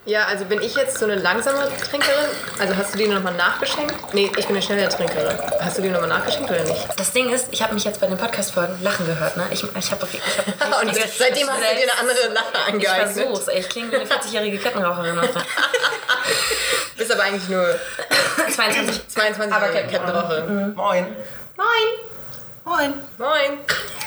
Ja, also bin ich jetzt so eine langsame Trinkerin? Also hast du die nochmal nachgeschenkt? Nee, ich bin eine schnelle Trinkerin. Hast du die nochmal nachgeschenkt oder nicht? Das Ding ist, ich habe mich jetzt bei den Podcast-Folgen lachen gehört, ne? Ich hab Und seitdem hast du dir eine andere Lache angeeignet. Ich versuch's, ey. Ich klinge wie eine 40-jährige Kettenraucherin. Bist aber eigentlich nur 22 aber Kettenraucherin. Moin. Moin. Moin.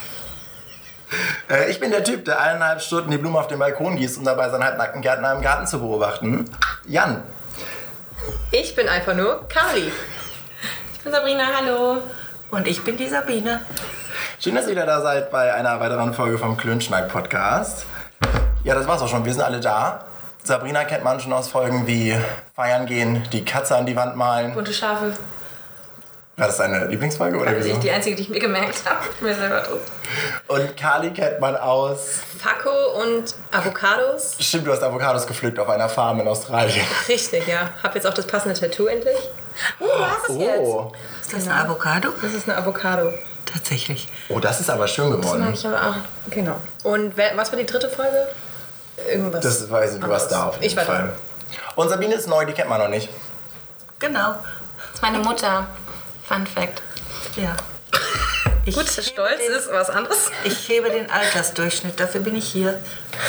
Ich bin der Typ, der 1,5 Stunden die Blumen auf dem Balkon gießt, um dabei seinen halbnackten Gärtner im Garten zu beobachten. Jan. Ich bin einfach nur Kali. Ich bin Sabrina, hallo. Und ich bin die Sabine. Schön, dass ihr wieder da seid bei einer weiteren Folge vom Klönschnack-Podcast. Ja, das war's auch schon. Wir sind alle da. Sabrina kennt man schon aus Folgen wie Feiern gehen, die Katze an die Wand malen. Bunte Schafe. War das deine Lieblingsfolge oder Das wieso? ist die einzige, die ich mir gemerkt habe. Mir selber drauf. Und Kali kennt man aus... Fakko und Avocados. Stimmt, du hast Avocados gepflückt auf einer Farm in Australien. Richtig, ja. Hab jetzt auch das passende Tattoo endlich. Du hast es jetzt. Ist das eine Avocado? Das ist eine Avocado. Tatsächlich. Oh, das ist aber schön Das mag geworden. ich aber auch. Genau. Und was war die dritte Folge? Irgendwas. Das weiß ich, du warst da auf jeden Ich war Fall. Und Sabine ist neu, die kennt man noch nicht. Genau. Das ist meine Mutter. Fun Fact. Ja. Gut, stolz ist was anderes. Ich hebe den Altersdurchschnitt, dafür bin ich hier.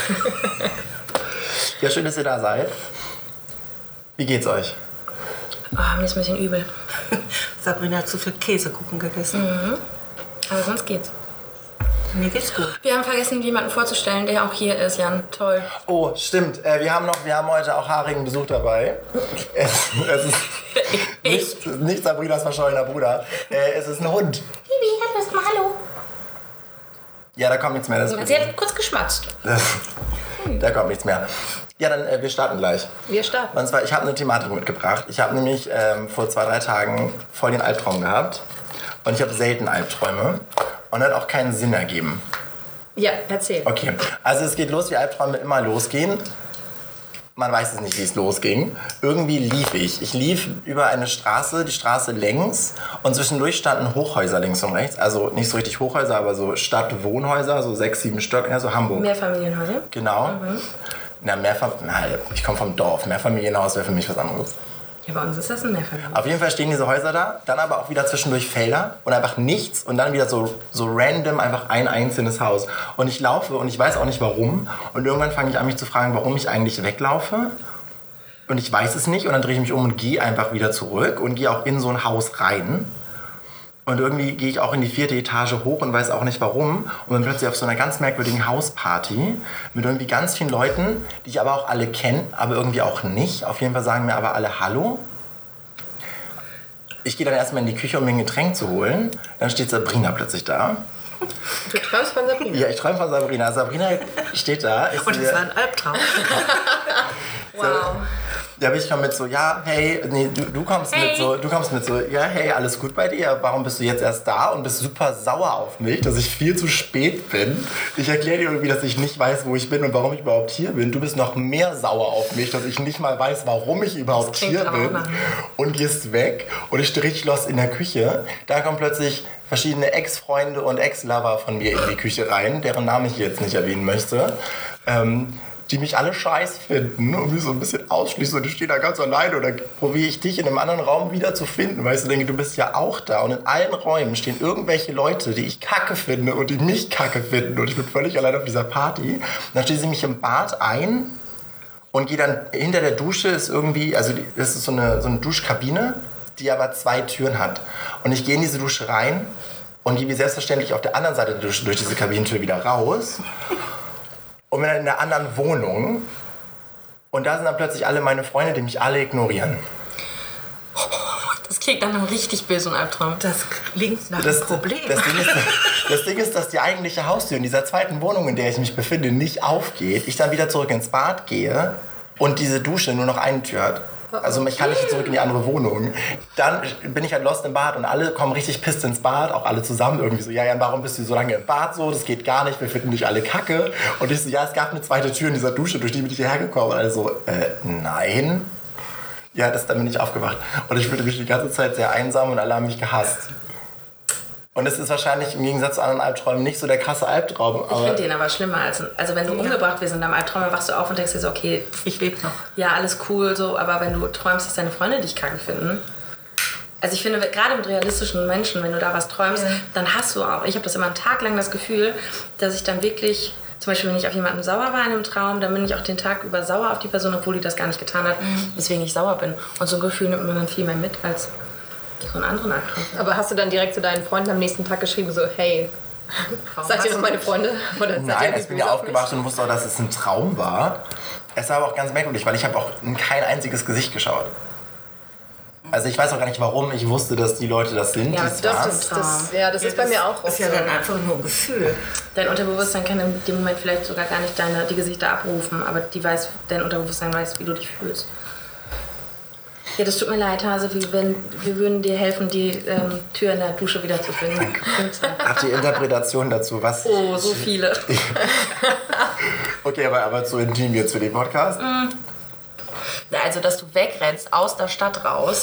Ja, schön, dass ihr da seid. Wie geht's euch? Oh, mir ist ein bisschen übel. Sabrina hat zu viel Käsekuchen gegessen. Aber sonst geht's. Mir geht's gut. Wir haben vergessen, jemanden vorzustellen, der auch hier ist, Jan. Toll. Oh, stimmt. Wir haben heute auch haarigen Besuch dabei. Es ist nicht Sabrinas verschollener Bruder. Es ist ein Hund. Bibi, hallo. Ja, da kommt nichts mehr. Sie hat kurz geschmatzt. Da kommt nichts mehr. Ja, dann wir starten gleich. Wir starten. Und zwar, ich habe eine Thematik mitgebracht. Ich habe nämlich vor 2-3 Tagen voll den Albtraum gehabt. Und ich habe selten Albträume. Und hat auch keinen Sinn ergeben. Ja, erzähl. Okay, also es geht los, wie Albträume immer losgehen. Man weiß es nicht, wie es losging. Irgendwie lief ich. Ich lief über eine Straße, die Straße längs. Und zwischendurch standen Hochhäuser links und rechts. Also nicht so richtig Hochhäuser, aber so Stadtwohnhäuser, so 6, 7 Stück, ja, so Hamburg. Mehrfamilienhäuser. Genau. Na, ich komme vom Dorf. Mehrfamilienhaus wäre für mich was anderes. Ja, bei uns ist das ein Mehrfamilienhaus. Auf jeden Fall stehen diese Häuser da, dann aber auch wieder zwischendurch Felder und einfach nichts und dann wieder so random einfach ein einzelnes Haus. Und ich laufe und ich weiß auch nicht warum und irgendwann fange ich an mich zu fragen, warum ich eigentlich weglaufe und ich weiß es nicht und dann drehe ich mich um und gehe einfach wieder zurück und gehe auch in so ein Haus rein. Und irgendwie gehe ich auch in die 4. Etage hoch und weiß auch nicht warum. Und bin plötzlich auf so einer ganz merkwürdigen Hausparty mit irgendwie ganz vielen Leuten, die ich aber auch alle kenne, aber irgendwie auch nicht. Auf jeden Fall sagen mir aber alle Hallo. Ich gehe dann erstmal in die Küche, um mir ein Getränk zu holen. Dann steht Sabrina plötzlich da. Du träumst von Sabrina? Ja, ich träume von Sabrina. Sabrina steht da. Und es war ein Albtraum. Wow. Ja, aber ich komme mit so, ja, hey, nee, du kommst mit so, ja, hey, alles gut bei dir? Warum bist du jetzt erst da und bist super sauer auf mich, dass ich viel zu spät bin? Ich erkläre dir irgendwie, dass ich nicht weiß, wo ich bin und warum ich überhaupt hier bin. Du bist noch mehr sauer auf mich, dass ich nicht mal weiß, warum ich überhaupt hier bin. Und gehst weg und ich stehe richtig los in der Küche. Da kommen plötzlich verschiedene Ex-Freunde und Ex-Lover von mir in die Küche rein, deren Namen ich jetzt nicht erwähnen möchte. Die mich alle scheiß finden und mich so ein bisschen ausschließen und ich stehe da ganz alleine und dann probiere ich dich in einem anderen Raum wieder zu finden, weil ich so denke, du bist ja auch da und in allen Räumen stehen irgendwelche Leute, die ich kacke finde und die mich kacke finden und ich bin völlig allein auf dieser Party. Dann stehen sie mich im Bad ein und gehe dann hinter der Dusche, ist irgendwie, also das ist so eine Duschkabine, die aber 2 Türen hat und ich gehe in diese Dusche rein und gehe wie selbstverständlich auf der anderen Seite der Dusche durch diese Kabinentür wieder raus. Und bin dann in einer anderen Wohnung. Und da sind dann plötzlich alle meine Freunde, die mich alle ignorieren. Das klingt nach einem richtig bösen Albtraum. Das klingt nach einem Problem. Das Ding ist, dass die eigentliche Haustür in dieser 2. Wohnung, in der ich mich befinde, nicht aufgeht. Ich dann wieder zurück ins Bad gehe und diese Dusche nur noch eine Tür hat. Also ich kann nicht zurück in die andere Wohnung. Dann bin ich halt lost im Bad und alle kommen richtig pisst ins Bad, auch alle zusammen irgendwie so, ja Jan, warum bist du so lange im Bad so? Das geht gar nicht, wir finden dich alle kacke. Und ich so, ja, es gab eine 2. Tür in dieser Dusche, durch die bin ich hierher gekommen. Und alle so, nein. Ja, dann bin ich aufgewacht. Und ich fühlte mich die ganze Zeit sehr einsam und alle haben mich gehasst. Und es ist wahrscheinlich im Gegensatz zu anderen Albträumen nicht so der krasse Albtraum. Ich finde den aber schlimmer als... Also wenn du umgebracht wirst in deinem Albtraum, dann wachst du auf und denkst dir so, okay, Ich lebe noch. ja, alles cool, so, aber wenn du träumst, dass deine Freunde dich kacke finden... Also ich finde, gerade mit realistischen Menschen, wenn du da was träumst, dann hast du auch... Ich habe das immer einen Tag lang das Gefühl, dass ich dann wirklich... Zum Beispiel, wenn ich auf jemanden sauer war in einem Traum, dann bin ich auch den Tag über sauer auf die Person, obwohl die das gar nicht getan hat, weswegen ich sauer bin. Und so ein Gefühl nimmt man dann viel mehr mit als so einen anderen Albtraum. Aber hast du dann direkt zu deinen Freunden am nächsten Tag geschrieben, so, hey, seid ihr noch meine Freunde? Oder seid Nein, ihr ich bin ja böse auf aufgewacht und wusste auch, dass es ein Traum war. Es war aber auch ganz merkwürdig, weil ich habe auch in kein einziges Gesicht geschaut. Also ich weiß auch gar nicht, warum ich wusste, dass die Leute das sind. Ja, die das Stars. stimmt. das ist bei mir auch Das ist ja so. dann einfach nur ein Gefühl. Dein Unterbewusstsein kann in dem Moment vielleicht sogar gar nicht die Gesichter abrufen, aber dein Unterbewusstsein weiß, wie du dich fühlst. Ja, das tut mir leid, Hase. Wir würden dir helfen, die Tür in der Dusche wieder zu finden. Habt ihr Interpretationen dazu? Was? Oh, so viele. Okay, aber zu intim jetzt für den Podcast? Also, dass du wegrennst aus der Stadt raus.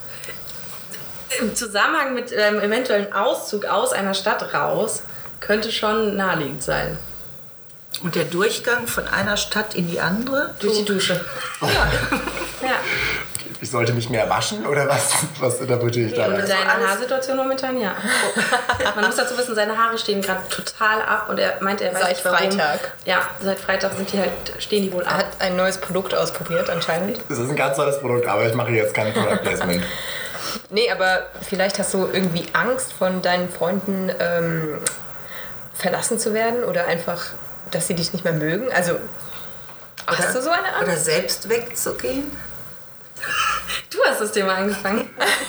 Im Zusammenhang mit eventuellen Auszug aus einer Stadt raus, könnte schon naheliegend sein. Und der Durchgang von einer Stadt in die andere? Durch die Dusche. Ja. Ich sollte mich mehr waschen oder was? Was interpretiere ich da Und rein? in deiner Haarsituation momentan, ja. Man muss dazu wissen, seine Haare stehen gerade total ab und er meinte, er weiß Seit nicht warum. Freitag. Ja, seit Freitag stehen die wohl Er ab. hat ein neues Produkt ausprobiert anscheinend. Das ist ein ganz tolles Produkt, aber ich mache jetzt kein Product Placement. Nee, aber vielleicht hast du irgendwie Angst, von deinen Freunden verlassen zu werden oder einfach, dass sie dich nicht mehr mögen. Also, hast du so eine Angst? Oder selbst wegzugehen? Du hast das Thema angefangen.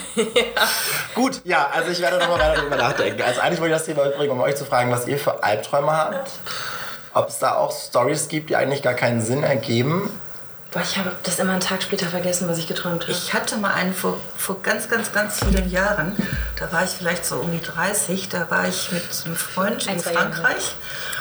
Gut, ja, also ich werde nochmal weiter darüber nachdenken. Also eigentlich wollte ich das Thema übrigens, um euch zu fragen, was ihr für Albträume habt. Ob es da auch Storys gibt, die eigentlich gar keinen Sinn ergeben. Boah, ich habe das immer einen Tag später vergessen, was ich geträumt habe. Ich hatte mal einen vor ganz, ganz, ganz vielen Jahren. Da war ich vielleicht so um die 30. Da war ich mit einem Freund in 1-2 Jahre. Frankreich.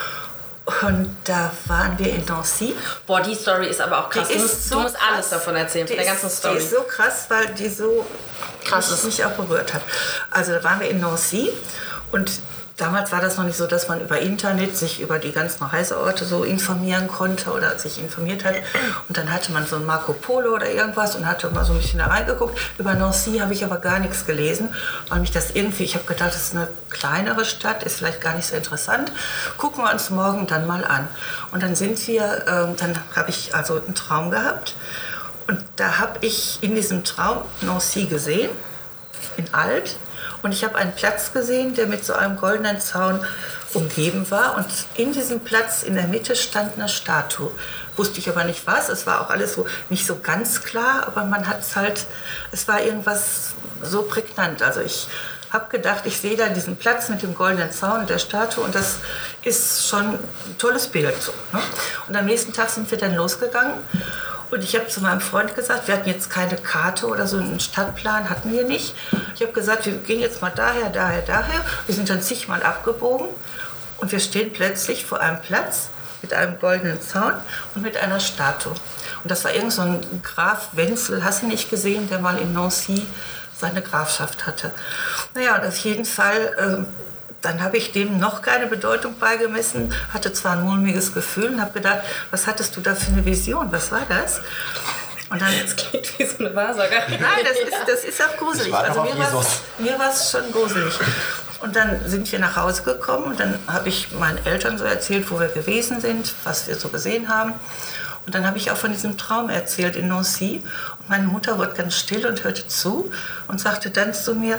Und da waren wir in Nancy. Boah, die Story ist aber auch krass. Die Du ist musst so alles krass. davon erzählen, von Die der ganzen ist- Story. Die ist so krass, weil die so Krass krass ist. mich auch berührt hat. Also da waren wir in Nancy und damals war das noch nicht so, dass man über Internet sich über die ganzen Reiseorte so informieren konnte oder sich informiert hat. Und dann hatte man so ein Marco Polo oder irgendwas und hatte mal so ein bisschen da reingeguckt. Über Nancy habe ich aber gar nichts gelesen, weil mich das irgendwie, ich habe gedacht, das ist eine kleinere Stadt, ist vielleicht gar nicht so interessant. Gucken wir uns morgen dann mal an. Und dann sind wir, dann habe ich also einen Traum gehabt. Und da habe ich in diesem Traum Nancy gesehen, in alt. Und ich habe einen Platz gesehen, der mit so einem goldenen Zaun umgeben war. Und in diesem Platz in der Mitte stand eine Statue. Wusste ich aber nicht was. Es war auch alles so nicht so ganz klar, aber man hat es halt, es war irgendwas so prägnant. Also ich habe gedacht, ich sehe da diesen Platz mit dem goldenen Zaun und der Statue und das ist schon ein tolles Bild. So, ne? Und am nächsten Tag sind wir dann losgegangen. Und ich habe zu meinem Freund gesagt, wir hatten jetzt keine Karte oder so einen Stadtplan, hatten wir nicht. Ich habe gesagt, wir gehen jetzt mal daher. Wir sind dann zigmal abgebogen und wir stehen plötzlich vor einem Platz mit einem goldenen Zaun und mit einer Statue. Und das war irgend so ein Graf Wenzel, hast du nicht gesehen, der mal in Nancy seine Grafschaft hatte. Naja, und auf jeden Fall... Dann habe ich dem noch keine Bedeutung beigemessen, hatte zwar ein mulmiges Gefühl und habe gedacht, was hattest du da für eine Vision, was war das? Und dann, Das klingt wie so eine Wahrsagerin. nein, das ist auch gruselig. Ich warte Also auf Jesus. mir war es schon gruselig. Und dann sind wir nach Hause gekommen und dann habe ich meinen Eltern so erzählt, wo wir gewesen sind, was wir so gesehen haben. Und dann habe ich auch von diesem Traum erzählt in Nancy. Und meine Mutter wurde ganz still und hörte zu und sagte dann zu mir,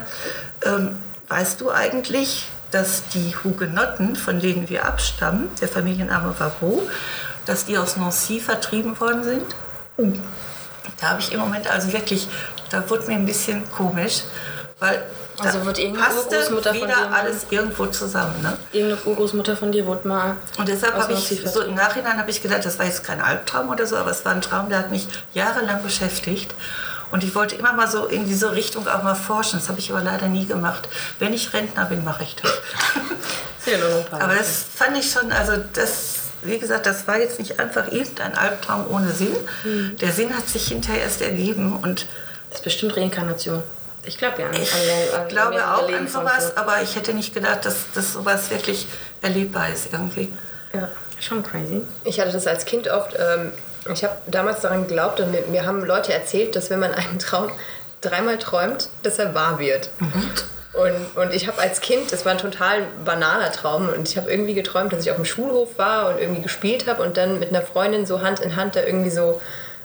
weißt du eigentlich, dass die Hugenotten, von denen wir abstammen, der Familienname Varro, dass die aus Nancy vertrieben worden sind? Da habe ich im Moment also wirklich, da wurde mir ein bisschen komisch, weil Also da wird irgendeine passte Urgroßmutter von wieder dir mal- alles irgendwo zusammen. Ne? Irgendeine Urgroßmutter von dir wurde mal... Und deshalb aus habe ich, Nancy so vertrieben. im Nachhinein habe ich gedacht, das war jetzt kein Albtraum oder so, aber es war ein Traum, der hat mich jahrelang beschäftigt. Und ich wollte immer mal so in diese Richtung auch mal forschen. Das habe ich aber leider nie gemacht. Wenn ich Rentner bin, mache ich das. Ja, nur ein paar Aber Wochen. das fand ich schon, also das, wie gesagt, das war jetzt nicht einfach irgendein Albtraum ohne Sinn. Der Sinn hat sich hinterher erst ergeben und Das ist bestimmt Reinkarnation. Ich glaube ja. Ich glaube auch an sowas, aber ich hätte nicht gedacht, dass sowas wirklich erlebbar ist irgendwie. Ja, schon crazy. Ich hatte das als Kind oft. Ich habe damals daran geglaubt und mir haben Leute erzählt, dass wenn man einen Traum 3-mal träumt, dass er wahr wird. Und ich habe als Kind, das war ein total banaler Traum, und ich habe irgendwie geträumt, dass ich auf dem Schulhof war und irgendwie gespielt habe und dann mit einer Freundin so Hand in Hand da irgendwie so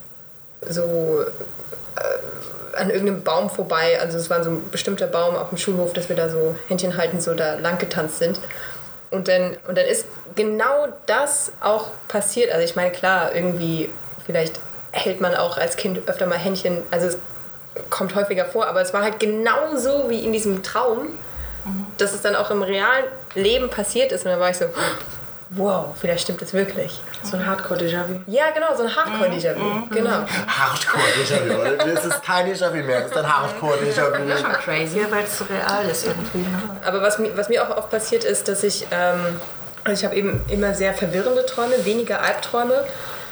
an irgendeinem Baum vorbei, also es war so ein bestimmter Baum auf dem Schulhof, dass wir da so Händchen halten, so da lang getanzt sind. Und dann ist genau das auch passiert. Also ich meine, klar, irgendwie, vielleicht hält man auch als Kind öfter mal Händchen, also es kommt häufiger vor, aber es war halt genauso wie in diesem Traum, dass es dann auch im realen Leben passiert ist. Und dann war ich so, wow, vielleicht stimmt das wirklich. So ein Hardcore-Déjà-vu. Ja, genau, so ein Hardcore-Déjà-vu. Genau. Hardcore-Déjà-vu. Das ist kein Déjà-vu mehr, das ist ein Hardcore-Déjà-vu. Das ist schon crazy. Ja, weil es so real ist irgendwie. Ne? Aber was mir auch oft passiert ist, dass ich habe eben immer sehr verwirrende Träume, weniger Albträume.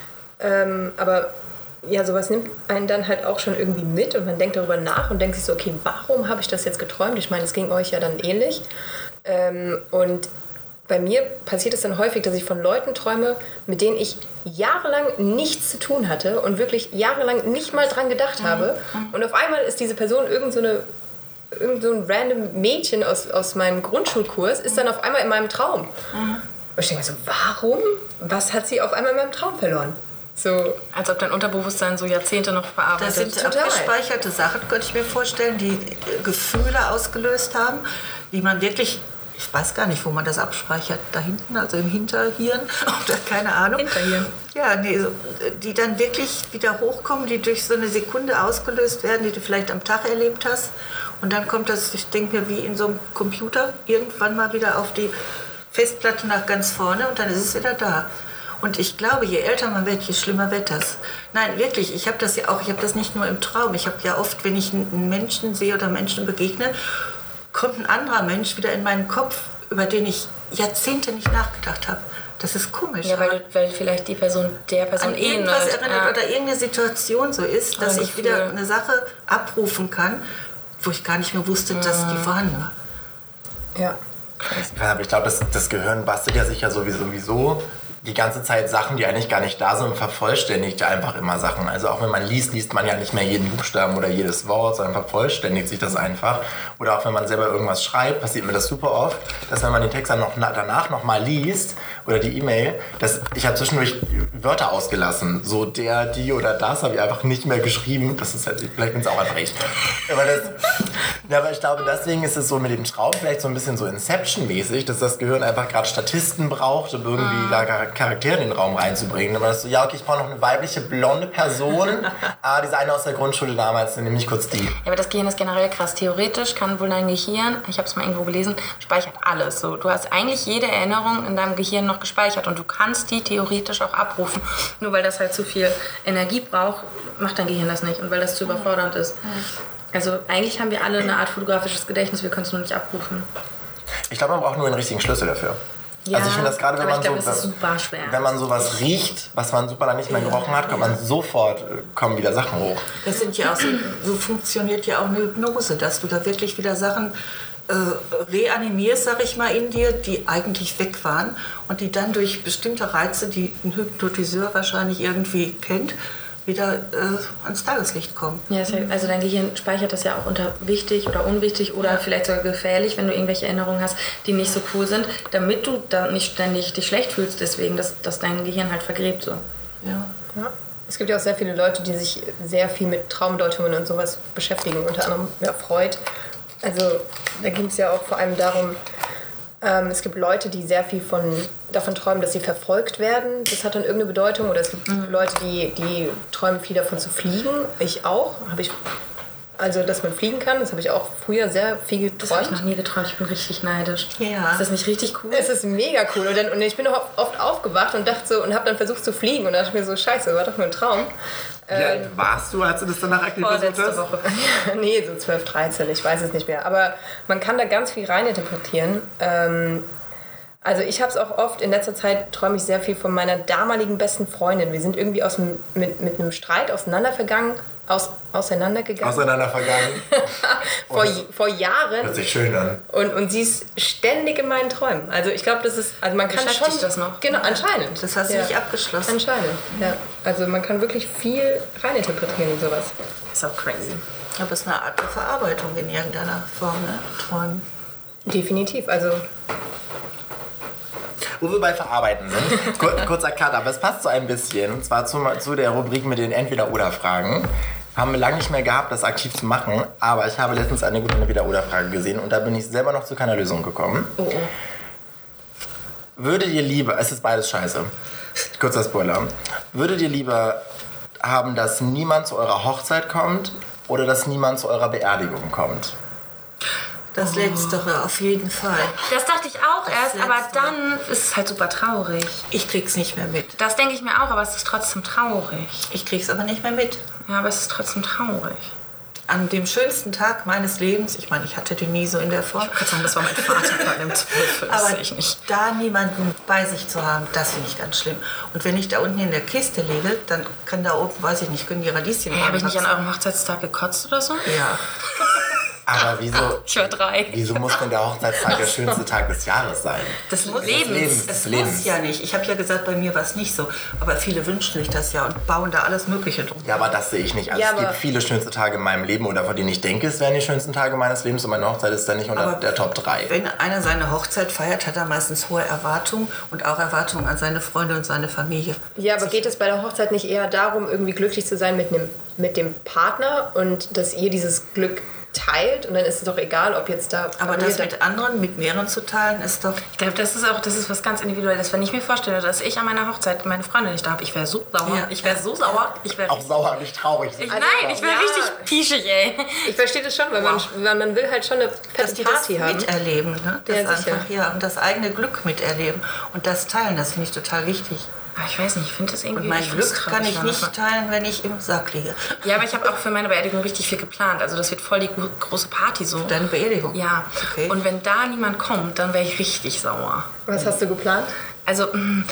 Aber ja, sowas nimmt einen dann halt auch schon irgendwie mit und man denkt darüber nach und denkt sich so, okay, warum habe ich das jetzt geträumt? Ich meine, es ging euch ja dann ähnlich. Und bei mir passiert es dann häufig, dass ich von Leuten träume, mit denen ich jahrelang nichts zu tun hatte und wirklich jahrelang nicht mal dran gedacht habe. Und auf einmal ist diese Person irgend so ein random Mädchen aus meinem Grundschulkurs, ist dann auf einmal in meinem Traum. Und ich denke mir so, warum? Was hat sie auf einmal in meinem Traum verloren? So. Als ob dein Unterbewusstsein so Jahrzehnte noch verarbeitet. Das sind Total. abgespeicherte Sachen, könnte ich mir vorstellen, die Gefühle ausgelöst haben, die man wirklich, ich weiß gar nicht, wo man das abspeichert, da hinten, also im Hinterhirn oder keine Ahnung. Hinterhirn. Ja, nee, die dann wirklich wieder hochkommen, die durch so eine Sekunde ausgelöst werden, die du vielleicht am Tag erlebt hast. Und dann kommt das, ich denke mir, wie in so einem Computer, irgendwann mal wieder auf die Festplatte nach ganz vorne und dann ist es wieder da. Und ich glaube, je älter man wird, je schlimmer wird das. Nein, wirklich, ich habe das ja auch, ich habe das nicht nur im Traum. Ich habe ja oft, wenn ich einen Menschen sehe oder Menschen begegne, kommt ein anderer Mensch wieder in meinen Kopf, über den ich Jahrzehnte nicht nachgedacht habe. Das ist komisch. Ja, weil vielleicht die Person der Person an irgendwas erinnert oder irgendeine Situation so ist, dass ich wieder eine Sache abrufen kann, wo ich gar nicht mehr wusste, dass die vorhanden war. Ja. Ja, aber ich glaube, das Gehirn bastelt ja sich ja sowieso die ganze Zeit Sachen, die eigentlich gar nicht da sind, und vervollständigt ja einfach immer Sachen. Also auch wenn man liest man ja nicht mehr jeden Buchstaben oder jedes Wort, sondern vervollständigt sich das einfach. Oder auch wenn man selber irgendwas schreibt, passiert mir das super oft, dass wenn man den Text dann danach nochmal liest oder die E-Mail, ich habe zwischendurch Wörter ausgelassen. So der, die oder das habe ich einfach nicht mehr geschrieben. Das ist halt, vielleicht bin es auch einfach ich. Aber ich glaube, deswegen ist es so mit dem Traum vielleicht so ein bisschen so Inception-mäßig, dass das Gehirn einfach gerade Statisten braucht, um irgendwie da Charaktere in den Raum reinzubringen. Aber das so, ja, okay, ich brauche noch eine weibliche, blonde Person. Diese eine aus der Grundschule damals, dann nehme ich kurz die. Ja, aber das Gehirn ist generell krass. Theoretisch kann wohl dein Gehirn, ich habe es mal irgendwo gelesen, speichert alles. So, du hast eigentlich jede Erinnerung in deinem Gehirn noch gespeichert und du kannst die theoretisch auch abrufen. Nur weil das halt zu viel Energie braucht, macht dein Gehirn das nicht und weil das zu überfordernd ist. Also eigentlich haben wir alle eine Art fotografisches Gedächtnis, wir können es nur nicht abrufen. Ich glaube, man braucht nur einen richtigen Schlüssel dafür. Ja, also ich finde das gerade, wenn man sowas riecht, was man super lange nicht mehr gerochen hat, kommen wieder Sachen hoch. Das sind ja auch so funktioniert ja auch eine Hypnose, dass du da wirklich wieder Sachen reanimierst, sag ich mal, in dir, die eigentlich weg waren und die dann durch bestimmte Reize, die ein Hypnotiseur wahrscheinlich irgendwie kennt, wieder ans Tageslicht kommen. Ja, also dein Gehirn speichert das ja auch unter wichtig oder unwichtig oder vielleicht sogar gefährlich, wenn du irgendwelche Erinnerungen hast, die nicht so cool sind, damit du da nicht ständig dich schlecht fühlst, deswegen, dass dein Gehirn halt vergräbt so. Ja. Es gibt ja auch sehr viele Leute, die sich sehr viel mit Traumdeutungen und sowas beschäftigen, unter anderem Freud. Also da ging es ja auch vor allem darum, es gibt Leute, die sehr viel davon träumen, dass sie verfolgt werden. Das hat dann irgendeine Bedeutung. Oder es gibt Leute, die träumen viel davon zu fliegen. Ich auch. Also, dass man fliegen kann, das habe ich auch früher sehr viel geträumt. Das habe ich noch nie geträumt. Ich bin richtig neidisch. Ja. Ist das nicht richtig cool? Es ist mega cool. Und ich bin oft aufgewacht und dachte so, und habe dann versucht zu fliegen. Und dachte mir so, scheiße, war doch nur ein Traum. Wie alt warst du, als du das danach aktiv versucht hast? Woche. Nee, so 12, 13, ich weiß es nicht mehr. Aber man kann da ganz viel reininterpretieren. Also ich habe es auch oft, in letzter Zeit träume ich sehr viel von meiner damaligen besten Freundin. Wir sind irgendwie mit einem Streit auseinandergegangen auseinandergegangen. Auseinander vergangen. vor Jahren. Hört sich schön an. Und sie ist ständig in meinen Träumen. Also ich glaube, das ist, also man kann schon... das noch? Genau, anscheinend. Das hast du nicht abgeschlossen. Anscheinend, ja. Also man kann wirklich viel reininterpretieren in sowas. Ist auch crazy. Aber es ist eine Art der Verarbeitung in irgendeiner Form, ne? Träumen. Definitiv, also... Wo wir bei Verarbeiten sind, kurzer Cut, aber es passt so ein bisschen, und zwar zu der Rubrik mit den Entweder-Oder-Fragen. Haben wir lange nicht mehr gehabt, das aktiv zu machen, aber ich habe letztens eine gute Entweder-Oder-Frage gesehen und da bin ich selber noch zu keiner Lösung gekommen. Oh. Würdet ihr lieber, es ist beides scheiße, kurzer Spoiler, würdet ihr lieber haben, dass niemand zu eurer Hochzeit kommt oder dass niemand zu eurer Beerdigung kommt? Das Letztere, auf jeden Fall. Das dachte ich auch Das erst, aber Letztere. dann ist es halt super traurig. Ich krieg's nicht mehr mit. Das denke ich mir auch, aber es ist trotzdem traurig. Ich krieg's aber nicht mehr mit. Ja, aber es ist trotzdem traurig. An dem schönsten Tag meines Lebens, ich meine, ich hatte den nie so in der Form, Ich kann sagen, das war mein Vater bei dem Zweifel, das aber sehe ich nicht. da niemanden bei sich zu haben, das finde ich ganz schlimm. Und wenn ich da unten in der Kiste liege, dann kann da oben, weiß ich nicht, können die Radieschen Hey, habe ich nicht an reinwachsen. eurem Hochzeitstag gekotzt oder so? Ja. Aber Ich war 3. wieso muss denn der Hochzeitstag der schönste Tag des Jahres sein? Des Lebens. Lebens. Des Es Lebens. muss ja nicht. Ich habe ja gesagt, bei mir war es nicht so. Aber viele wünschen sich das ja und bauen da alles Mögliche drum. Ja, aber das sehe ich nicht. Also Ja, es gibt aber- viele schönste Tage in meinem Leben oder von denen ich denke, es wären die schönsten Tage meines Lebens und meine Hochzeit ist dann nicht unter Aber der Top 3. Wenn einer seine Hochzeit feiert, hat er meistens hohe Erwartungen und auch Erwartungen an seine Freunde und seine Familie. Ja, aber geht es bei der Hochzeit nicht eher darum, irgendwie glücklich zu sein mit dem Partner und dass ihr dieses Glück teilt und dann ist es doch egal, ob jetzt da... Aber Familie das mit anderen, mit mehreren zu teilen, ist doch... Ich glaube, das ist was ganz Individuelles. Wenn ich mir vorstelle, dass ich an meiner Hochzeit meine Freundin nicht da habe, ich wäre so sauer. Ja. Ich wäre so sauer. Ich wäre Auch sauer, nicht traurig. nein, ich wäre Ja. richtig pischig, ey. Ich verstehe das schon, weil man will halt schon eine Dass fette die Party das haben. miterleben, ne? Das Ja, sicher. einfach, ja, und das eigene Glück miterleben und das teilen, das finde ich total wichtig. Aber ich weiß nicht, ich finde das irgendwie... Und mein ich find's Glück traurig, kann ich manchmal. nicht teilen, wenn ich im Sack liege. Ja, aber ich habe auch für meine Beerdigung richtig viel geplant. Also das wird voll die große Party so. Deine Beerdigung? Ja. Okay. Und wenn da niemand kommt, dann wäre ich richtig sauer. Was hast du geplant? Also,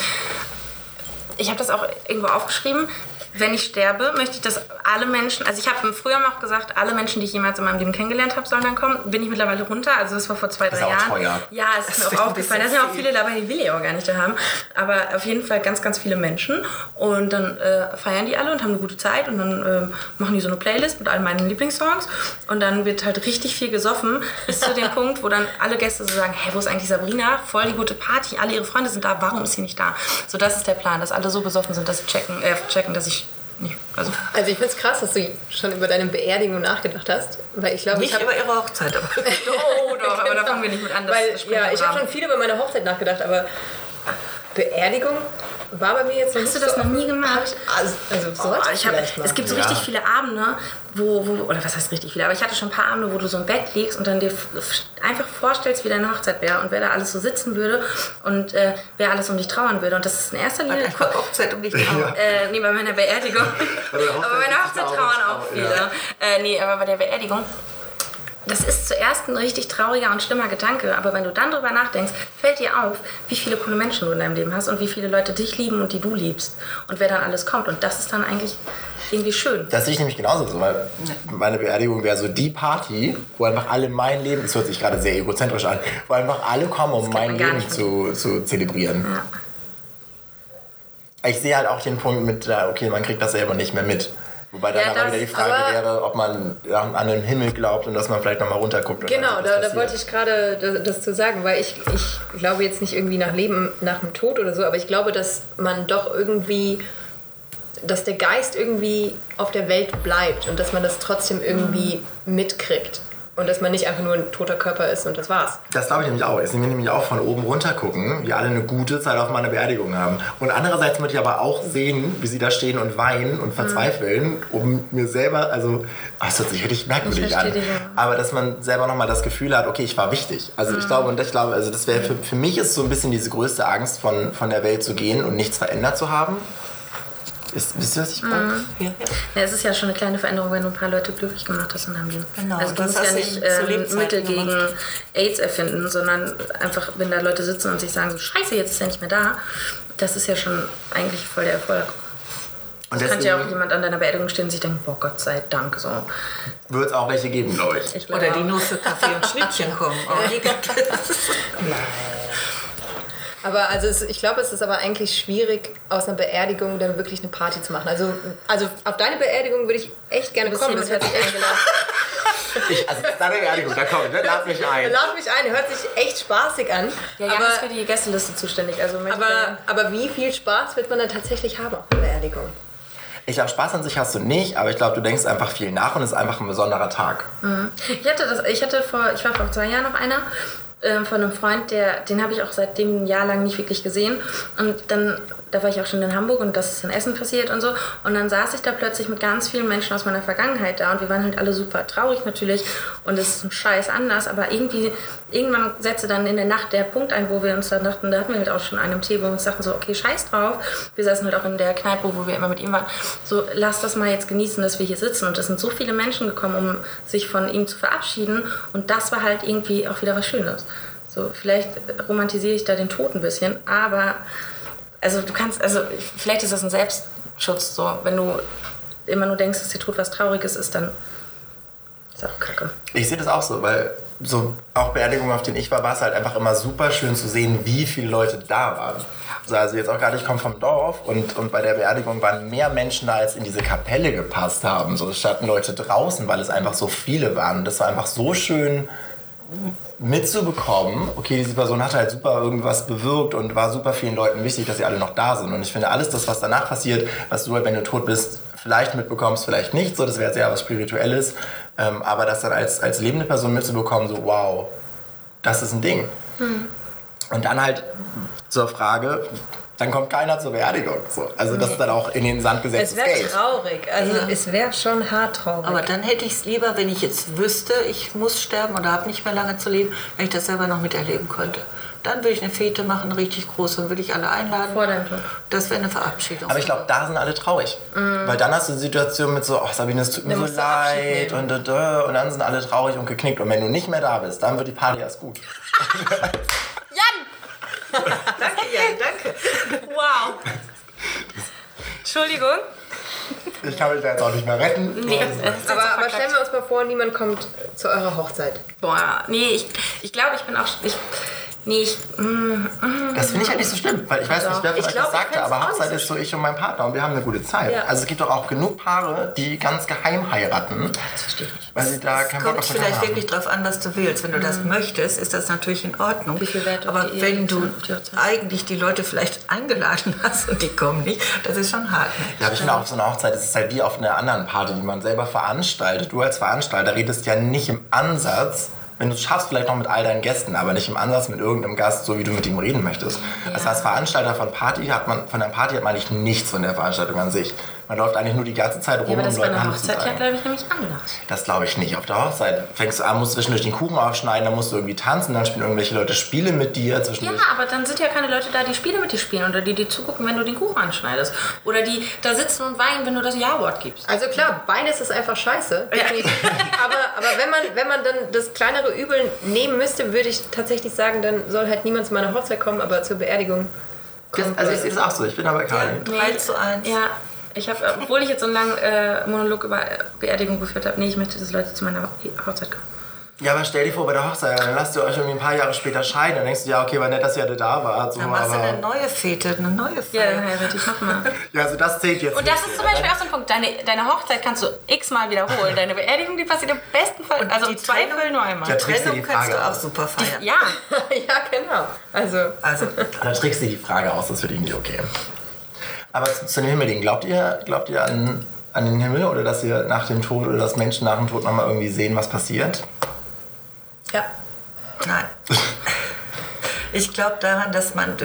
ich habe das auch irgendwo aufgeschrieben. Wenn ich sterbe, möchte ich, dass alle Menschen, also ich habe früher noch gesagt, alle Menschen, die ich jemals in meinem Leben kennengelernt habe, sollen dann kommen. Bin ich mittlerweile runter, also das war vor 2-3 Ist auch Jahren. teuer. Ja, es ist Das mir wird auch ein aufgefallen. Da bisschen sind auch viel. viele dabei, die will ich auch gar nicht da haben. Aber auf jeden Fall ganz, ganz viele Menschen. Und dann feiern die alle und haben eine gute Zeit und dann machen die so eine Playlist mit all meinen Lieblingssongs. Und dann wird halt richtig viel gesoffen, bis zu dem Punkt, wo dann alle Gäste so sagen, hey, wo ist eigentlich Sabrina? Voll die gute Party, alle ihre Freunde sind da, warum ist sie nicht da? So, das ist der Plan, dass alle so besoffen sind, dass sie checken, dass ich nicht, also Also ich finde es krass, dass du schon über deine Beerdigung nachgedacht hast, weil ich glaube, Nicht ich habe... über ihre Hochzeit, aber... oh, doch, aber da fangen wir nicht mit an. Das Weil, springen ja, wir ich habe Rahmen. schon viel über meine Hochzeit nachgedacht, aber Beerdigung war bei mir jetzt noch Hast nicht du das so noch nie gemacht? Also sollte Oh, ich vielleicht mal. es gibt so Ja. richtig viele Abende, oder was heißt richtig viele, aber ich hatte schon ein paar Abende, wo du so im Bett liegst und dann dir einfach vorstellst, wie deine Hochzeit wäre und wer da alles so sitzen würde und wer alles um dich trauern würde. Und das ist in erster Linie... Einfach Hochzeit um dich trauern. Nee, bei meiner Beerdigung. Bei der Hochzeit aber bei meiner ist es Hochzeit auch trauern traurig, auch viele. ja. Nee, aber bei der Beerdigung... Das ist zuerst ein richtig trauriger und schlimmer Gedanke, aber wenn du dann drüber nachdenkst, fällt dir auf, wie viele coole Menschen du in deinem Leben hast und wie viele Leute dich lieben und die du liebst und wer dann alles kommt. Und das ist dann eigentlich irgendwie schön. Das sehe ich nämlich genauso so, weil meine Beerdigung wäre so die Party, wo einfach alle mein Leben, das hört sich gerade sehr egozentrisch an, wo einfach alle kommen, um mein man gar Leben nicht zu zelebrieren. Ja. Ich sehe halt auch den Punkt mit, okay, man kriegt das selber nicht mehr mit. Wobei dann Ja, aber wieder die Frage aber- wäre, ob man an den Himmel glaubt und dass man vielleicht nochmal runterguckt. Und Genau, dann sieht, was da passiert. wollte ich gerade das zu sagen, weil ich glaube jetzt nicht irgendwie nach Leben, nach dem Tod oder so, aber ich glaube, dass man doch irgendwie, dass der Geist irgendwie auf der Welt bleibt und dass man das trotzdem irgendwie mitkriegt. Und dass man nicht einfach nur ein toter Körper ist und das war's. Das glaube ich nämlich auch. Ich sehe mir nämlich auch von oben runter gucken, wie alle eine gute Zeit auf meiner Beerdigung haben. Und andererseits möchte ich aber auch sehen, wie sie da stehen und weinen und verzweifeln, um mir selber, also, das hört sich richtig merkwürdig Ich an. verstehe dich, ja. Aber dass man selber nochmal das Gefühl hat, okay, ich war wichtig. Also ich glaube, also das wäre für mich ist so ein bisschen diese größte Angst, von der Welt zu gehen und nichts verändert zu haben. Wisst ihr, was ich meine? Ja, ja. Ja, es ist ja schon eine kleine Veränderung, wenn du ein paar Leute glücklich gemacht hast in deinem Leben. Genau, also du das musst ja hast du nicht zu Lebzeiten Mittel gegen gemacht. AIDS erfinden, sondern einfach, wenn da Leute sitzen und sich sagen, so scheiße, jetzt ist er nicht mehr da, das ist ja schon eigentlich voll der Erfolg. Und Es könnte ja auch jemand an deiner Beerdigung stehen und sich denken, boah, Gott sei Dank, so. wird es auch welche geben, glaube ich. Ich glaub Oder auch. die nur für Kaffee und Schnittchen kommen. Oh, die gibt es. Aber ich glaube, es ist aber eigentlich schwierig, aus einer Beerdigung dann wirklich eine Party zu machen. Also auf deine Beerdigung würde ich echt gerne kommen. Das hört sich echt Also das ist deine Beerdigung, da komm, ne? Lad mich ein. Lad mich ein, hört sich echt spaßig an. Ja, Jan ist für die Gästeliste zuständig. Also aber wie viel Spaß wird man dann tatsächlich haben auf einer Beerdigung? Ich glaube, Spaß an sich hast du nicht, aber ich glaube, du denkst einfach viel nach und es ist einfach ein besonderer Tag. ich war vor 2 Jahren auf einer von einem Freund, den habe ich auch seitdem ein Jahr lang nicht wirklich gesehen. Und dann, da war ich auch schon in Hamburg und das ist in Essen passiert und so. Und dann saß ich da plötzlich mit ganz vielen Menschen aus meiner Vergangenheit da und wir waren halt alle super traurig natürlich und es ist ein Scheiß anders, aber irgendwann setzte dann in der Nacht der Punkt ein, wo wir uns dann dachten, da hatten wir halt auch schon einen im Tee, wo wir uns dachten so, okay, scheiß drauf. Wir saßen halt auch in der Kneipe, wo wir immer mit ihm waren, so, lass das mal jetzt genießen, dass wir hier sitzen. Und es sind so viele Menschen gekommen, um sich von ihm zu verabschieden und das war halt irgendwie auch wieder was Schönes. So, vielleicht romantisiere ich da den Tod ein bisschen, aber vielleicht ist das ein Selbstschutz, so, wenn du immer nur denkst, dass der Tod was Trauriges ist, dann ist auch kacke. Ich sehe das auch so, weil so auch Beerdigungen, auf denen ich war, war es halt einfach immer super schön zu sehen, wie viele Leute da waren. Also jetzt auch gerade, ich komme vom Dorf und bei der Beerdigung waren mehr Menschen da, als in diese Kapelle gepasst haben. So, es standen Leute draußen, weil es einfach so viele waren. Und das war einfach so schön mitzubekommen, okay, diese Person hat halt super irgendwas bewirkt und war super vielen Leuten wichtig, dass sie alle noch da sind. Und ich finde, alles das, was danach passiert, was du halt, wenn du tot bist, vielleicht mitbekommst, vielleicht nicht, so, das wäre jetzt eher was Spirituelles, aber das dann als lebende Person mitzubekommen, so wow, das ist ein Ding. Und dann halt zur Frage, dann kommt keiner zur Beerdigung. So. Also das ist dann auch in den Sand gesetztes Es wäre Geld. traurig, also es wäre schon hart traurig. Aber dann hätte ich es lieber, wenn ich jetzt wüsste, ich muss sterben oder habe nicht mehr lange zu leben, wenn ich das selber noch miterleben könnte. Dann würde ich eine Fete machen, richtig groß, und würde ich alle einladen. Vor deinem Tod. Das wäre eine Verabschiedung. Aber ich glaube, da sind alle traurig. Weil dann hast du die Situation mit so, ach Sabine, es tut mir so musst du Abschied leid und dann sind alle traurig und geknickt. Und wenn du nicht mehr da bist, dann wird die Party erst gut. Danke, Jan, danke. Wow. Entschuldigung. Ich kann mich da jetzt auch nicht mehr retten. Nee, aber stellen wir uns mal vor, niemand kommt zu eurer Hochzeit. Boah, nee, ich glaube, ich bin auch... Das finde ich halt nicht so schlimm, weil ich weiß nicht, wer von Ich euch glaub, das sagte, ich find's aber auch Hochzeit nicht ist so ich und mein Partner und wir haben eine gute Zeit. Ja. Also es gibt doch auch genug Paare, die ganz geheim heiraten, Das verstehe ich nicht. weil sie da keinen Bock Kommt auf vielleicht haben. wirklich drauf an, was du willst. Wenn du das möchtest, ist das natürlich in Ordnung. Wie viel Wert auf Aber die Ehe wenn legst du du auf die Hochzeit? eigentlich die Leute vielleicht eingeladen hast und die kommen nicht, das ist schon hart. Ne? Ja, aber ich finde, auf so einer Hochzeit ist es halt wie auf einer anderen Party, die man selber veranstaltet. Du als Veranstalter redest ja nicht im Ansatz, wenn du es schaffst, vielleicht noch mit all deinen Gästen, aber nicht im Ansatz mit irgendeinem Gast, so wie du mit ihm reden möchtest. Ja. Das heißt, Veranstalter von einer Party hat man eigentlich nichts von der Veranstaltung an sich. Man läuft eigentlich nur die ganze Zeit rum, Ja, aber das um bei Leuten einer Hand zu Hochzeit ja, zeigen. glaube ich, nämlich anders. Das glaube ich nicht. Auf der Hochzeit fängst du an, musst zwischendurch den Kuchen aufschneiden, dann musst du irgendwie tanzen, dann spielen irgendwelche Leute Spiele mit dir Ja, zwischendurch. aber dann sind ja keine Leute da, die Spiele mit dir spielen oder die dir zugucken, wenn du den Kuchen anschneidest. Oder die da sitzen und weinen, wenn du das Ja-Wort gibst. Also klar, Beines ist einfach scheiße. Definitiv. aber wenn man dann das kleinere Übel nehmen müsste, würde ich tatsächlich sagen, dann soll halt niemand zu meiner Hochzeit kommen, aber zur Beerdigung kommt. Also ich sehe das auch so, ich bin aber Karin. 3:1. Ja, ich habe, obwohl ich jetzt so einen langen Monolog über Beerdigung geführt habe, nee, ich möchte, dass Leute zu meiner Hochzeit kommen. Ja, aber stell dir vor, bei der Hochzeit, dann lasst ihr euch irgendwie ein paar Jahre später scheiden. Dann denkst du, ja, okay, war nett, dass ihr alle da wart. So, Dann machst du aber eine neue Fete, eine neue Ja, Feier. dann heirate ich nochmal. ja, also das zählt jetzt Und nicht. das ist zum Beispiel auch so ein Punkt. Deine Hochzeit kannst du x-mal wiederholen. Deine Beerdigung, die passiert im besten Fall, also im Zweifel nur einmal. Ja, trickst du Trennung die kannst Frage du auch aus. super feiern. Ja, Ja, genau. Also, Also, Da trickst du die Frage aus, das finde ich nicht okay. Aber zu den Himmeligen, glaubt ihr an den Himmel oder dass ihr nach dem Tod oder dass Menschen nach dem Tod nochmal irgendwie sehen, was passiert? ja. nein. Ich glaube daran, dass man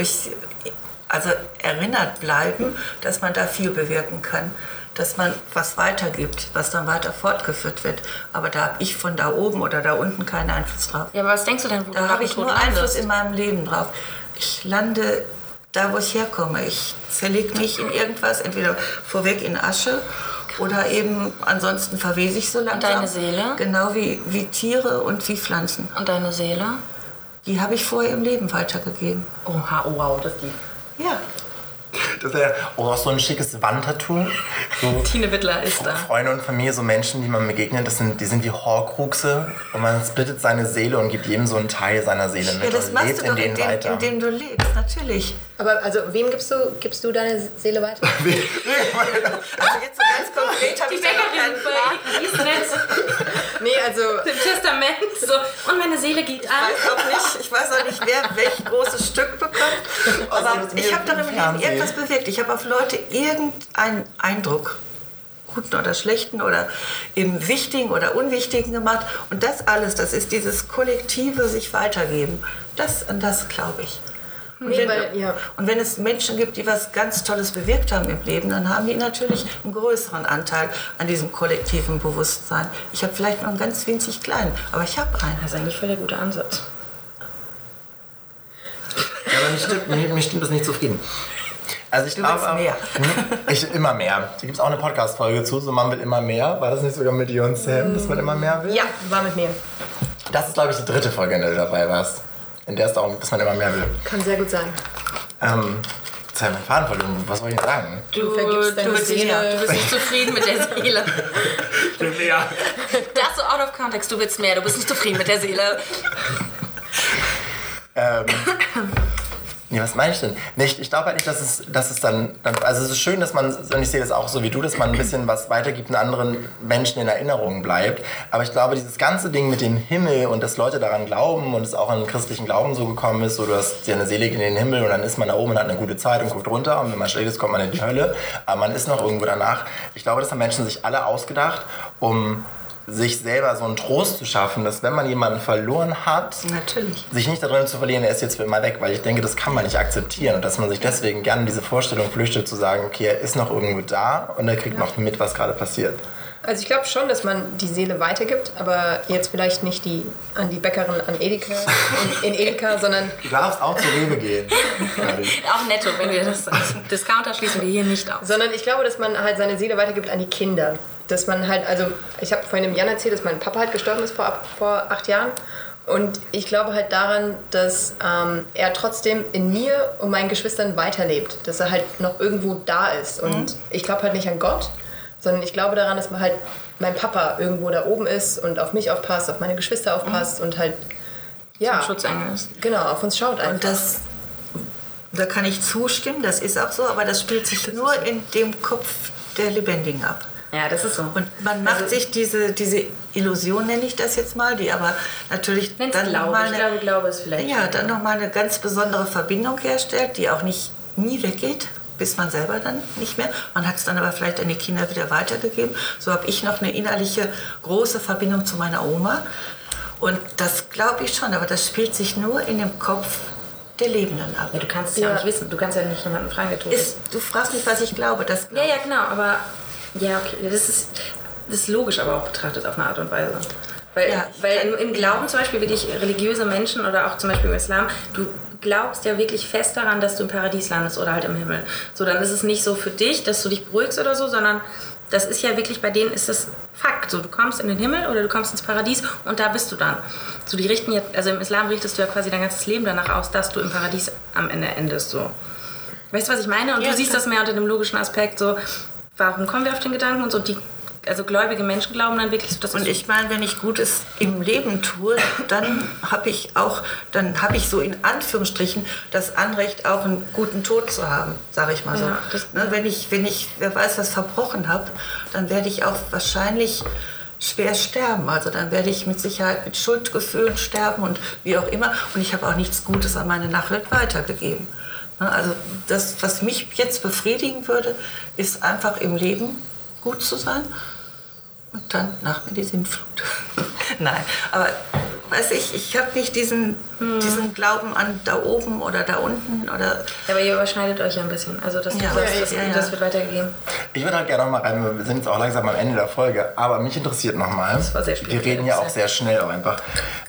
erinnert bleiben, dass man da viel bewirken kann. Dass man was weitergibt, was dann weiter fortgeführt wird. Aber da habe ich von da oben oder da unten keinen Einfluss drauf. ja, aber was denkst du denn, wo du Da nach habe dem ich Tod nur Einfluss landest? in meinem Leben drauf. Ich lande da, wo ich herkomme. Ich zerlege mich in irgendwas, entweder vorweg in Asche oder eben ansonsten verwese ich so langsam. deine Seele? Genau wie Tiere und wie Pflanzen. Und deine Seele? Die habe ich vorher im Leben weitergegeben. Oha, oh wow, das ist die. Ja. Das wäre auch so ein schickes Wandtattoo. So Tine Wittler ist da. Freunde und Familie, so Menschen, die man begegnet, die sind wie Horcruxe und man splittet seine Seele und gibt jedem so einen Teil seiner Seele mit das und machst lebt du doch in denen weiter. indem du lebst, natürlich. Aber also wem gibst du deine Seele weiter? Also jetzt so ganz konkret habe ich da noch keinen Plan. Nee, also Im Testament so. Und meine Seele geht an. Ich weiß auch nicht, wer welches großes Stück bekommt. Aber ich habe doch im Leben irgendwas bewirkt. Ich habe auf Leute irgendeinen Eindruck, guten oder schlechten oder eben wichtigen oder unwichtigen gemacht. Und das alles, das ist dieses kollektive sich weitergeben. An das glaube ich. Und wenn es Menschen gibt, die was ganz Tolles bewirkt haben im Leben, dann haben die natürlich einen größeren Anteil an diesem kollektiven Bewusstsein. Ich habe vielleicht nur einen ganz winzig kleinen, aber ich habe einen. Das ist eigentlich voll der gute Ansatz. Ja, aber mich stimmt das nicht zufrieden. Also ich glaube, mehr. Immer mehr. Da gibt es auch eine Podcast-Folge zu, so man will immer mehr. War das nicht sogar mit dir und Sam, dass man immer mehr will? ja, war mit mir. Das ist, glaube ich, die 3. Folge, in der du dabei warst. In der es darum geht, dass man immer mehr will. Kann sehr gut sein. Jetzt habe ich meinen Faden verloren. Was wollte ich sagen? Du vergibst deine Seele. Du bist nicht zufrieden mit der Seele. Ich will mehr. Das so out of context. Du willst mehr. Du bist nicht zufrieden mit der Seele. Nee, was meine ich denn? Nicht, ich glaube halt nicht, dass es dann, also es ist schön, dass man, und ich sehe das auch so wie du, dass man ein bisschen was weitergibt und anderen Menschen in Erinnerung bleibt. Aber ich glaube, dieses ganze Ding mit dem Himmel und dass Leute daran glauben und es auch im christlichen Glauben so gekommen ist, so du hast dir eine Seele in den Himmel und dann ist man da oben und hat eine gute Zeit und guckt runter und wenn man schlecht ist, kommt man in die Hölle. Aber man ist noch irgendwo danach. Ich glaube, das haben Menschen sich alle ausgedacht, um sich selber so einen Trost zu schaffen, dass wenn man jemanden verloren hat, Natürlich. sich nicht darin zu verlieren, er ist jetzt für immer weg, weil ich denke, das kann man nicht akzeptieren und dass man sich deswegen gerne in diese Vorstellung flüchtet, zu sagen, okay, er ist noch irgendwo da und er kriegt noch mit, was gerade passiert. Also ich glaube schon, dass man die Seele weitergibt, aber jetzt vielleicht nicht an die Bäckerin in Edeka, sondern... Du darfst auch zur Rewe gehen. Auch netto, wenn wir das Discounter schließen wir hier nicht auf. Sondern ich glaube, dass man halt seine Seele weitergibt an die Kinder. Dass man halt, also ich habe vorhin dem Jan erzählt, dass mein Papa halt gestorben ist vor 8 Jahren. Und ich glaube halt daran, dass er trotzdem in mir und meinen Geschwistern weiterlebt. Dass er halt noch irgendwo da ist. Und ich glaube halt nicht an Gott, sondern ich glaube daran, dass man halt mein Papa irgendwo da oben ist und auf mich aufpasst, auf meine Geschwister aufpasst und halt, ja, Zum Schutzengel ist. Genau, auf uns schaut einfach. Und da kann ich zustimmen, das ist auch so, aber das spielt sich nur in dem Kopf der Lebendigen ab. Ja, das ist so. Und man macht sich diese Illusion, nenne ich das jetzt mal, die aber natürlich Nenn's dann Glaube. Ich glaube ist vielleicht. ja, dann nochmal eine ganz besondere Verbindung herstellt, die auch nie weggeht, bis man selber dann nicht mehr. Man hat es dann aber vielleicht an die Kinder wieder weitergegeben. So habe ich noch eine innerliche große Verbindung zu meiner Oma. Und das glaube ich schon, aber das spielt sich nur in dem Kopf der Lebenden ab. Ja, du kannst es ja auch nicht wissen. Du kannst ja nicht jemanden fragen, der tot ist. Du fragst nicht, was ich glaube. Das Ja, genau, aber ja, okay. Das ist logisch, aber auch betrachtet auf eine Art und Weise. Weil im Glauben zum Beispiel wirklich religiöse Menschen oder auch zum Beispiel im Islam, du glaubst ja wirklich fest daran, dass du im Paradies landest oder halt im Himmel. So, dann ist es nicht so für dich, dass du dich beruhigst oder so, sondern das ist ja wirklich, bei denen ist das Fakt. So, du kommst in den Himmel oder du kommst ins Paradies und da bist du dann. So, die richten ja, also im Islam richtest du ja quasi dein ganzes Leben danach aus, dass du im Paradies am Ende endest. So. Weißt du, was ich meine? Und Ja, du siehst das mehr unter dem logischen Aspekt, so, warum kommen wir auf den Gedanken und so, also gläubige Menschen glauben dann wirklich so, dass Und ich meine, wenn ich Gutes im Leben tue, dann habe ich so in Anführungsstrichen das Anrecht, auch einen guten Tod zu haben, sage ich mal so. Ja, Wenn ich, wer weiß, was verbrochen habe, dann werde ich auch wahrscheinlich schwer sterben. Also dann werde ich mit Sicherheit mit Schuldgefühlen sterben und wie auch immer. Und ich habe auch nichts Gutes an meine Nachwelt weitergegeben. Also das, was mich jetzt befriedigen würde, ist einfach im Leben gut zu sein und dann nach mir die Sintflut. Nein, aber weiß ich habe nicht diesen Glauben an da oben oder da unten oder... Ja, aber ihr überschneidet euch ja ein bisschen. Also das, Ja, das wird weitergegeben. Ich würde halt gerne noch mal rein, wir sind jetzt auch langsam am Ende der Folge, aber mich interessiert noch mal, Das war sehr spät. wir reden ja auch sehr schnell auch einfach,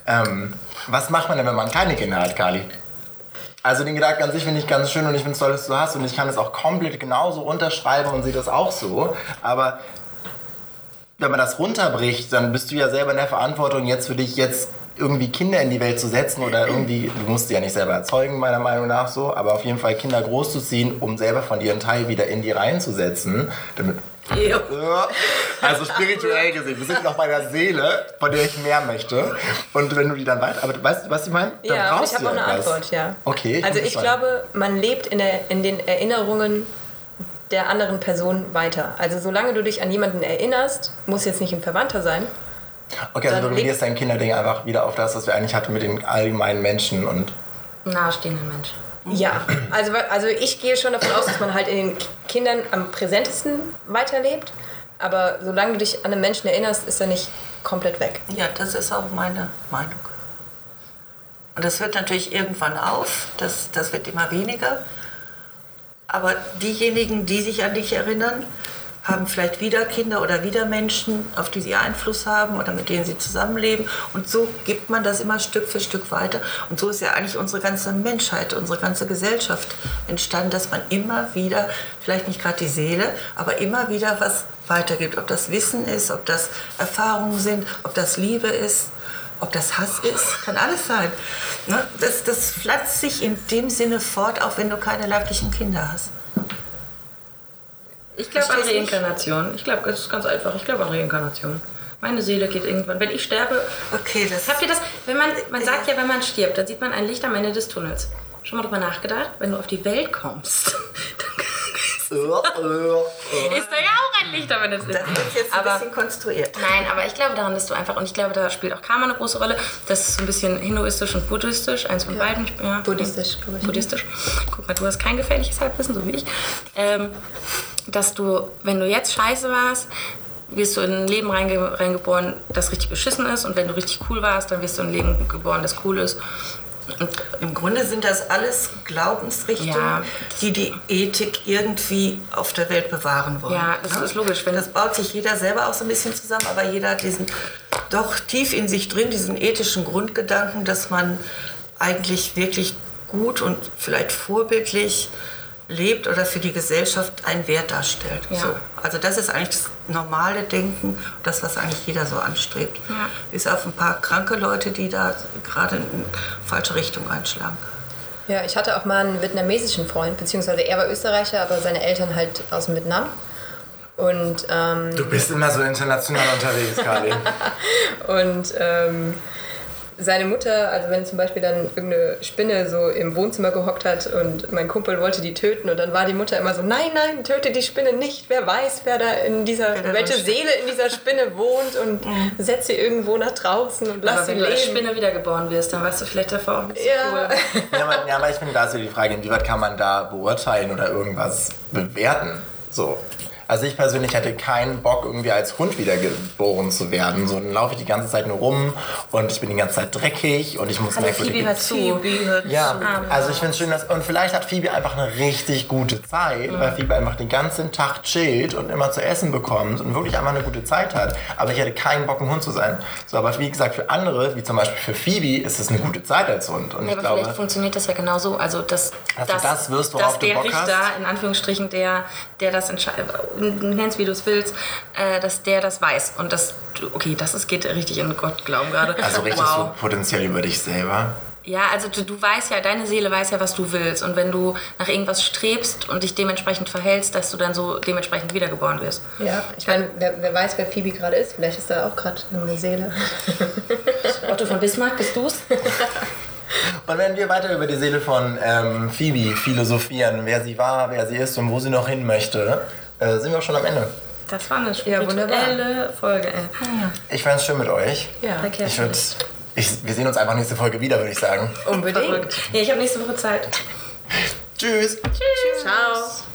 was macht man denn, wenn man keine Kinder hat, Kali? Also den Gedanken an sich finde ich ganz schön und ich finde es toll, dass du hast und ich kann es auch komplett genauso unterschreiben und sehe das auch so, aber wenn man das runterbricht, dann bist du ja selber in der Verantwortung jetzt für dich, jetzt irgendwie Kinder in die Welt zu setzen oder irgendwie, du musst die ja nicht selber erzeugen, meiner Meinung nach so, aber auf jeden Fall Kinder großzuziehen, um selber von dir einen Teil wieder in die reinzusetzen, damit... Also spirituell gesehen, wir sind noch bei der Seele, von der ich mehr möchte. Und wenn du die dann weiter... Aber weißt du, was ich meine? Dann Ja, brauchst ich habe du auch eine etwas. Antwort, ja. Okay. Also ich glaube, man lebt in den Erinnerungen der anderen Person weiter. Also solange du dich an jemanden erinnerst, muss jetzt nicht ein Verwandter sein. Okay, also dann du revidierst dein Kinderding einfach wieder auf das, was wir eigentlich hatten mit den allgemeinen Menschen und... Nahestehenden Menschen. Ja, also ich gehe schon davon aus, dass man halt in den Kindern am präsentesten weiterlebt. Aber solange du dich an einen Menschen erinnerst, ist er nicht komplett weg. Ja, das ist auch meine Meinung. Und das hört natürlich irgendwann auf, das wird immer weniger. Aber diejenigen, die sich an dich erinnern, haben vielleicht wieder Kinder oder wieder Menschen, auf die sie Einfluss haben oder mit denen sie zusammenleben. Und so gibt man das immer Stück für Stück weiter. Und so ist ja eigentlich unsere ganze Menschheit, unsere ganze Gesellschaft entstanden, dass man immer wieder, vielleicht nicht gerade die Seele, aber immer wieder was weitergibt. Ob das Wissen ist, ob das Erfahrungen sind, ob das Liebe ist, ob das Hass ist, kann alles sein. Ne? Das pflanzt sich in dem Sinne fort, auch wenn du keine leiblichen Kinder hast. Ich glaube an Verstehst du nicht? Reinkarnation. Ich glaube, das ist ganz einfach. Ich glaube an Reinkarnation. Meine Seele geht irgendwann. Wenn ich sterbe. Okay, das... Habt ihr das? Wenn man sagt ja, wenn man stirbt, dann sieht man ein Licht am Ende des Tunnels. Schon mal drüber nachgedacht? Wenn du auf die Welt kommst, dann ist da ja auch ein Licht am Ende des Das Tunnels. ist jetzt ein bisschen konstruiert. Nein, aber ich glaube daran, dass du einfach, und ich glaube, da spielt auch Karma eine große Rolle. Das ist so ein bisschen hinduistisch und buddhistisch, eins von beiden. Ja. Buddhistisch, glaube ich. Buddhistisch. Guck mal, du hast kein gefährliches Halbwissen, so wie ich. Dass du, wenn du jetzt scheiße warst, wirst du in ein Leben reingeboren, das richtig beschissen ist. Und wenn du richtig cool warst, dann wirst du in ein Leben geboren, das cool ist. Und im Grunde sind das alles Glaubensrichtungen, Ja. die die Ethik irgendwie auf der Welt bewahren wollen. Ja, das ist logisch. Wenn Das baut sich jeder selber auch so ein bisschen zusammen, aber jeder hat diesen doch tief in sich drin, diesen ethischen Grundgedanken, dass man eigentlich wirklich gut und vielleicht vorbildlich lebt oder für die Gesellschaft einen Wert darstellt. Ja. So. Also das ist eigentlich das normale Denken, das, was eigentlich jeder so anstrebt. Ja. Bis auf ein paar kranke Leute, die da gerade in falsche Richtung einschlagen. Ja, ich hatte auch mal einen vietnamesischen Freund, beziehungsweise er war Österreicher, aber seine Eltern halt aus dem Vietnam. Und, Du bist immer so international unterwegs, Kali. und seine Mutter, also wenn zum Beispiel dann irgendeine Spinne so im Wohnzimmer gehockt hat und mein Kumpel wollte die töten und dann war die Mutter immer so, nein, nein, töte die Spinne nicht, wer weiß, welche Seele in dieser Spinne wohnt und setz sie irgendwo nach draußen und lass aber sie wenn du als leben. Spinne wiedergeboren wirst, dann warst du vielleicht davor auch ein bisschen Ja. cool. Ja, aber ich finde, da ist wieder die Frage, inwieweit kann man da beurteilen oder irgendwas bewerten? So. Also ich persönlich hätte keinen Bock, irgendwie als Hund wiedergeboren zu werden. So, dann laufe ich die ganze Zeit nur rum und ich bin die ganze Zeit dreckig und ich muss Hallo, Phoebe, hör zu. Ja, also ich finde es schön, dass... Und vielleicht hat Phoebe einfach eine richtig gute Zeit, weil Phoebe einfach den ganzen Tag chillt und immer zu essen bekommt und wirklich einfach eine gute Zeit hat. Aber ich hätte keinen Bock, ein Hund zu sein. So, aber wie gesagt, für andere, wie zum Beispiel für Phoebe, ist es eine gute Zeit als Hund. Und Ja, ich aber glaube... vielleicht funktioniert das ja genauso. Also, das wirst, dass worauf du der Bock Richter, hast. in Anführungsstrichen, der das entscheidet, nenn's wie du es willst, dass der das weiß. Und das, okay, geht richtig in Gott glauben gerade. Also richtig so potenziell über dich selber. Ja, also du weißt ja, deine Seele weiß ja, was du willst. Und wenn du nach irgendwas strebst und dich dementsprechend verhältst, dass du dann so dementsprechend wiedergeboren wirst. Ja, ich meine, wer weiß, wer Phoebe gerade ist. Vielleicht ist da auch gerade eine Seele. Otto von Bismarck, bist du's? Und wenn wir weiter über die Seele von Phoebe philosophieren, wer sie war, wer sie ist und wo sie noch hin möchte, sind wir auch schon am Ende. Das war eine Ja, wunderbar. spirituelle Folge. Ich fand es schön mit euch. Ja, Wir sehen uns einfach nächste Folge wieder, würde ich sagen. unbedingt. Ja, ich habe nächste Woche Zeit. Tschüss. Ciao.